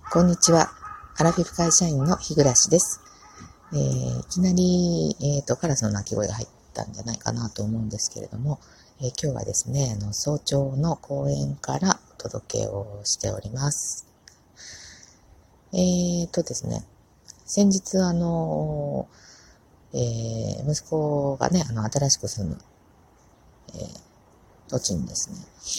こんにちは。アラフィフ会社員の日暮です。いきなり、カラスの鳴き声が入ったんじゃないかなと思うんですけれども、今日はですね、早朝の公園からお届けをしております。ですね、先日息子がね、新しく住む、土地にですね、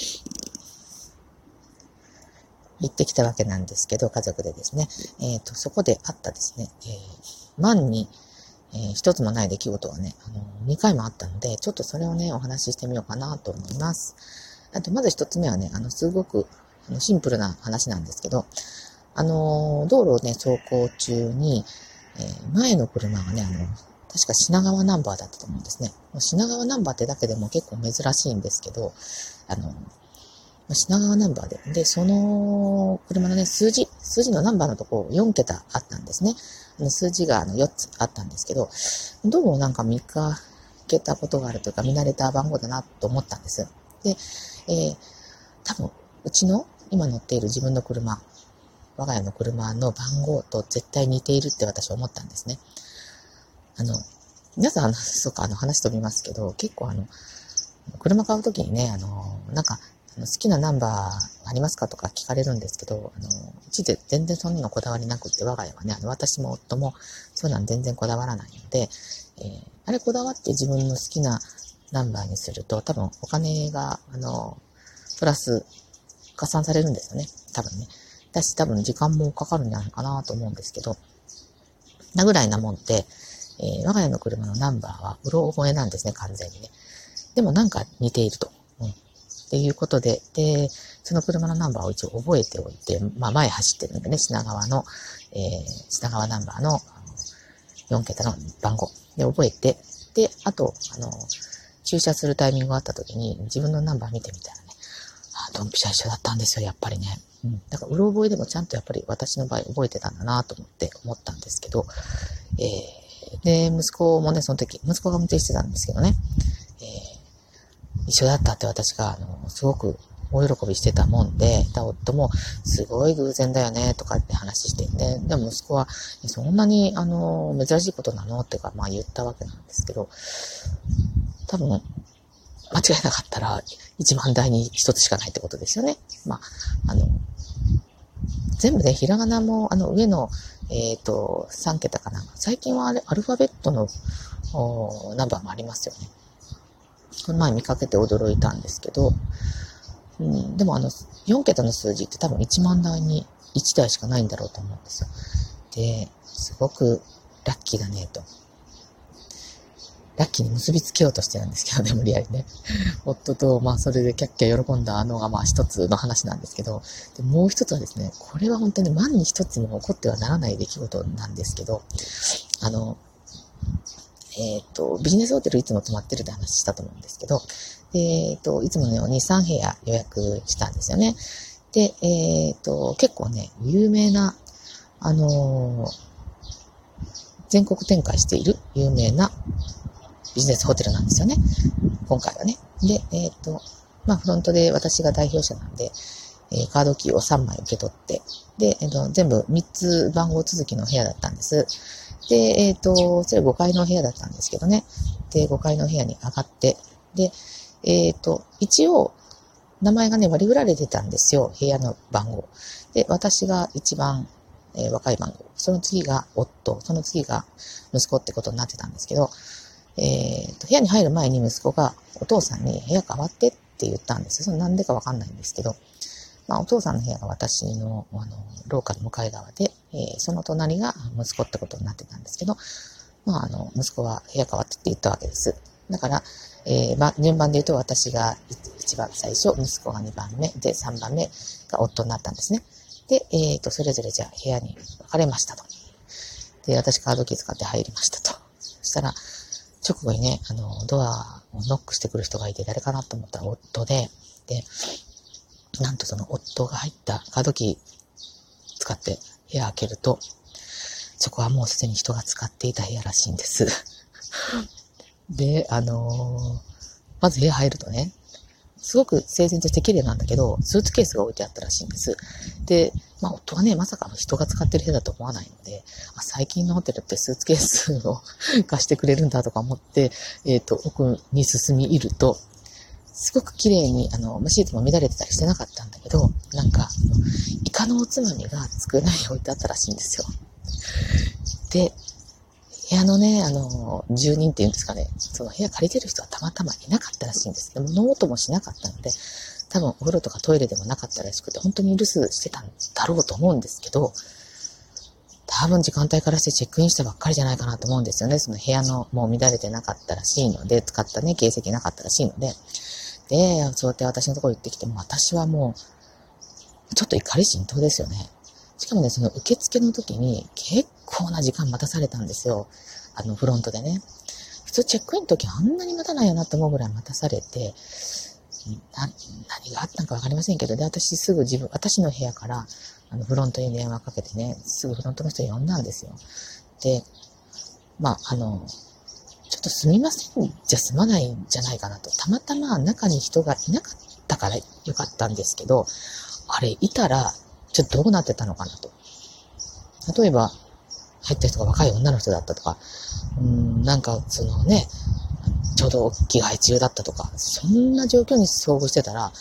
行ってきたわけなんですけど、家族でですね、そこであったですね、万に、一つもない出来事はね、2回もあったので、ちょっとそれをね、お話ししてみようかなと思います。あと、まず一つ目はね、すごくシンプルな話なんですけど、道路をね、走行中に、前の車がね、確か品川ナンバーだったと思うんですね。品川ナンバーってだけでも結構珍しいんですけど、品川ナンバーで、その車のね、数字のナンバーのとこ4桁あったんですね。数字が4つあったんですけど、どうもなんか見かけたことがあるというか、見慣れた番号だなと思ったんです。で、多分、うちの今乗っている自分の車、我が家の車の番号と絶対似ているって私は思ったんですね。皆さん、話飛びますけど、結構車買うときにね、なんか、好きなナンバーありますかとか聞かれるんですけど、うちで全然そんなのこだわりなくって、我が家はね、私も夫もそういうの全然こだわらないので、あれこだわって自分の好きなナンバーにすると、多分お金が、プラス加算されるんですよね。多分ね。だし、多分時間もかかるんじゃないかなと思うんですけど、なぐらいなもんで、我が家の車のナンバーはうろ覚えなんですね、完全にね。でもなんか似ていると。っていうことで、その車のナンバーを一応覚えておいて、前走ってるんでね、品川ナンバーの4桁の番号で覚えて、で、あと、駐車するタイミングがあった時に自分のナンバー見てみたらね、ドンピシャ一緒だったんですよ、やっぱりね。だから、うろ覚えでもちゃんとやっぱり私の場合覚えてたんだなと思ったんですけど、で、息子もね、その時、息子が運転してたんですけどね、一緒だったって私が、すごく大喜びしてたもんで、夫も、すごい偶然だよね、とかって話してね。でも息子は、そんなに、珍しいことなのってか、言ったわけなんですけど、多分、間違いなかったら、1万台に1つしかないってことですよね。全部で、ひらがなも、上の、3桁かな。最近はあれ、アルファベットの、ナンバーもありますよね。この前見かけて驚いたんですけど、でも4桁の数字って多分1万台に1台しかないんだろうと思うんですよ。で、すごくラッキーだねと。ラッキーに結びつけようとしてるんですけどね、無理やりね。夫と、それでキャッキャ喜んだのが一つの話なんですけど、でもう一つはですね、これは本当に万に一つも起こってはならない出来事なんですけど、ビジネスホテルいつも泊まってるって話したと思うんですけど、いつものように3部屋予約したんですよね。で、結構ね、有名な、全国展開している有名なビジネスホテルなんですよね。今回はね。で、フロントで私が代表者なんで、カードキーを3枚受け取って、で、全部3つ番号続きの部屋だったんです。で、それ5階の部屋だったんですけどね。で、5階の部屋に上がって、で、一応、名前がね、割り振られてたんですよ。部屋の番号。で、私が一番、若い番号。その次が夫。その次が息子ってことになってたんですけど、部屋に入る前に息子がお父さんに部屋変わってって言ったんですよ。それなんでかわかんないんですけど、お父さんの部屋が私の、廊下の向かい側で、その隣が息子ってことになってたんですけど、息子は部屋変わってって言ったわけです。だから、順番で言うと私が一番最初、息子が2番目、で、3番目が夫になったんですね。で、それぞれじゃあ部屋に分かれましたと。で、私カードキー使って入りましたと。そしたら、直後にね、ドアをノックしてくる人がいて、誰かなと思ったら夫で、なんとその夫が入ったカードキー使って部屋開けると、そこはもうすでに人が使っていた部屋らしいんです。で、まず部屋入るとね、すごく整然として綺麗なんだけど、スーツケースが置いてあったらしいんです。で、 夫はね、まさか人が使ってる部屋だと思わないので、最近のホテルってスーツケースを貸してくれるんだとか思って、奥に進み入ると、すごく綺麗に、シートも乱れてたりしてなかったんだけど、イカのおつまみが机の上に置いてあったらしいんですよ。で、部屋のね、住人っていうんですかね、その部屋借りてる人はたまたまいなかったらしいんです。でも、ノートもしなかったので、多分お風呂とかトイレでもなかったらしくて、本当に留守してたんだろうと思うんですけど、多分時間帯からしてチェックインしたばっかりじゃないかなと思うんですよね。その部屋のもう乱れてなかったらしいので、使ったね、形跡なかったらしいので、で、そうやって私のところ行ってきても、私はもう、ちょっと怒り心頭ですよね。しかもね、その受付の時に結構な時間待たされたんですよ。フロントでね。普通チェックインの時あんなに待たないよなと思うぐらい待たされて、何があったのかわかりませんけど、で、私の部屋から、フロントに電話かけてね、すぐフロントの人呼んだんですよ。で、ちょっとすみませんじゃ済まないんじゃないかなと。たまたま中に人がいなかったからよかったんですけど、あれ、いたら、ちょっとどうなってたのかなと。例えば、入った人が若い女の人だったとか、ちょうど着替え中だったとか、そんな状況に遭遇してたら、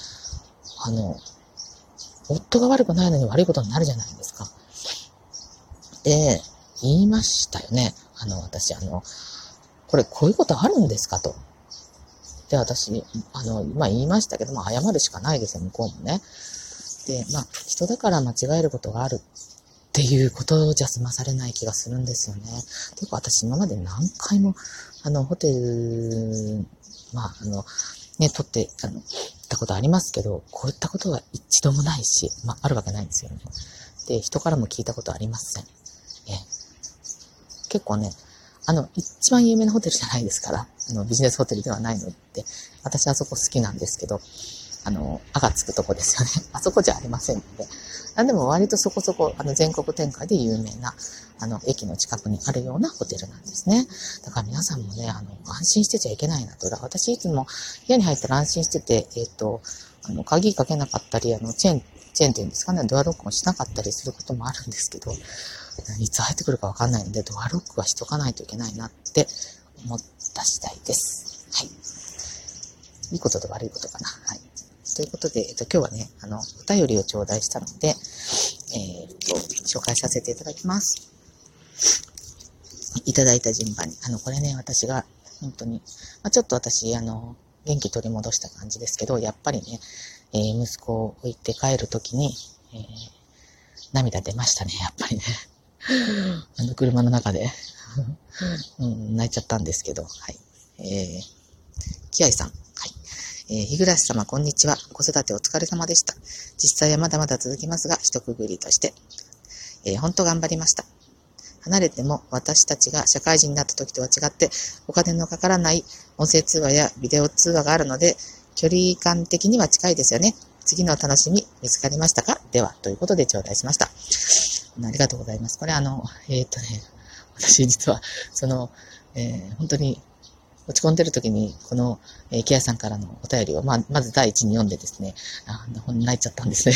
夫が悪くないのに悪いことになるじゃないですか。で、言いましたよね。私、これ、こういうことあるんですかと。で、私、言いましたけど、謝るしかないですよ、向こうもね。で、人だから間違えることがあるっていうことじゃ済まされない気がするんですよね。てか、私、今まで何回も、ホテル、取って、たことありますけど、こういったことは一度もないし、あるわけないんですよね。で、人からも聞いたことありません。結構ね、一番有名なホテルじゃないですから、ビジネスホテルではないので、私あそこ好きなんですけど、あがつくとこですよね。あそこじゃありませんので。でも割とそこそこ、全国展開で有名な、駅の近くにあるようなホテルなんですね。だから皆さんもね、安心してちゃいけないなと。私いつも部屋に入ったら安心してて、鍵かけなかったり、チェーンっていうんですかね、ドアロックもしなかったりすることもあるんですけど、いつ入ってくるかわかんないので、ドアロックはしとかないといけないなって思った次第です。はい。いいことと悪いことかな。はい。ということで、今日はね、お便りを頂戴したので、紹介させていただきます。いただいた順番に。これね、私が、本当に、ちょっと私、元気取り戻した感じですけど、やっぱりね、息子を置いて帰るときに、涙出ましたね、やっぱりね。車の中で、泣いちゃったんですけど、はい。キアイさん。はい。日暮様、こんにちは。子育てお疲れ様でした。実際はまだまだ続きますが、一区切りとして、本当頑張りました。離れても私たちが社会人になった時とは違って、お金のかからない音声通話やビデオ通話があるので、距離感的には近いですよね。次の楽しみ見つかりましたか？では、ということで頂戴しました。ありがとうございます。これ私実は、本当に落ち込んでる時に、この、ケアさんからのお便りを、まず第一に読んでですね、泣いちゃったんですね。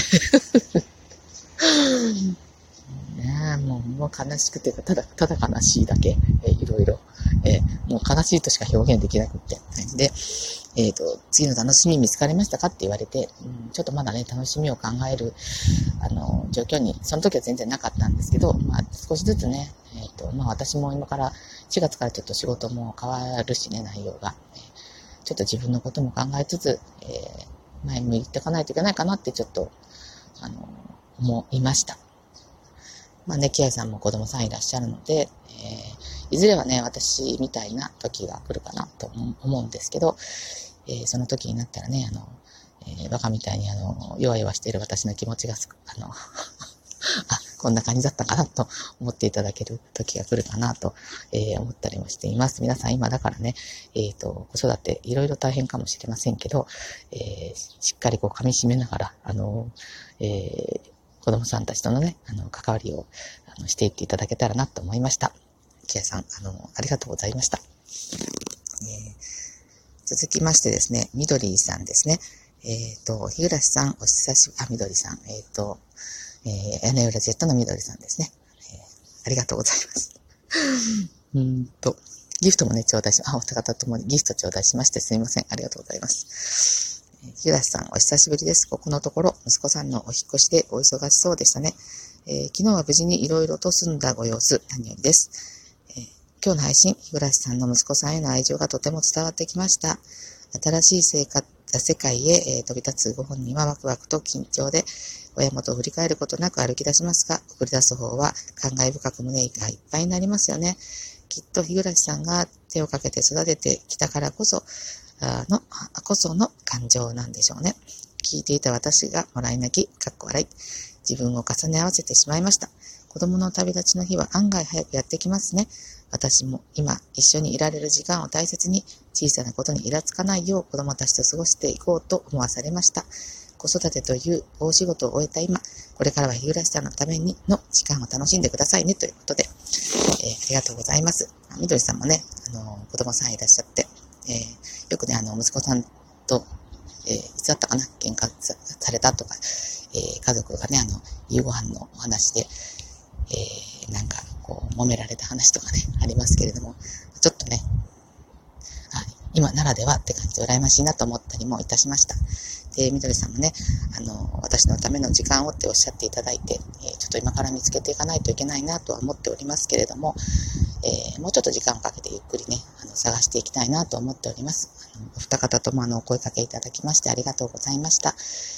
ねえ、もう悲しくて、ただ悲しいだけ、いろいろ、もう悲しいとしか表現できなくって。で、次の楽しみ見つかりましたかって言われて、ちょっとまだね、楽しみを考える、状況に、その時は全然なかったんですけど、少しずつね、私も今から4月からちょっと仕事も変わるしね、内容が。ちょっと自分のことも考えつつ、前向いていかないといけないかなってちょっと、思いました。キアさんも子供さんいらっしゃるので、いずれはね、私みたいな時が来るかなと思うんですけど、その時になったらね、バカみたいに弱々している私の気持ちがこんな感じだったかなと思っていただける時が来るかなと、思ったりもしています。皆さん今だからね、子育ていろいろ大変かもしれませんけど、しっかり噛み締めながら、子供さんたちとのね、関わりをしていっていただけたらなと思いました。キアさん、ありがとうございました。続きましてですね、みどりさんですね。日暮さん、お久しぶり、みどりさん、 屋根裏ジェットのみどりさんですね。ありがとうございます。ギフトもね、頂戴し、お二方ともにギフト頂戴しましてすみません。ありがとうございます。日暮さん、お久しぶりです。ここのところ、息子さんのお引越しでお忙しそうでしたね。昨日は無事にいろいろと済んだご様子、何よりです。今日の配信、日暮さんの息子さんへの愛情がとても伝わってきました。新しい世界へ、飛び立つご本人はワクワクと緊張で、親元を振り返ることなく歩き出しますが、送り出す方は感慨深く胸がいっぱいになりますよね。きっと日暮さんが手をかけて育ててきたからこその感情なんでしょうね。聞いていた私がもらい泣き、笑い。自分を重ね合わせてしまいました。子供の旅立ちの日は案外早くやってきますね。私も今一緒にいられる時間を大切に小さなことにイラつかないよう子供たちと過ごしていこうと思わされました。子育てという大仕事を終えた今、これからは日暮さんのためにの時間を楽しんでくださいねということで、ありがとうございます。みどりさんもね、子供さんいらっしゃって、よくね、息子さんと、いつだったかな、喧嘩されたとか、家族がね、夕ご飯のお話で、揉められた話とかね、ありますけれども、ちょっとね、今ならではって感じで羨ましいなと思ったりもいたしました。で、みどりさんもね、私のための時間をっておっしゃっていただいて、ちょっと今から見つけていかないといけないなとは思っておりますけれども、もうちょっと時間をかけてゆっくりね、探していきたいなと思っております。お二方ともお声かけいただきましてありがとうございました。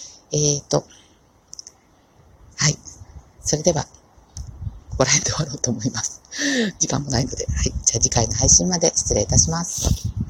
はい。それでは、ここら辺で終わろうと思います。時間もないので、はい。じゃあ次回の配信まで失礼いたします。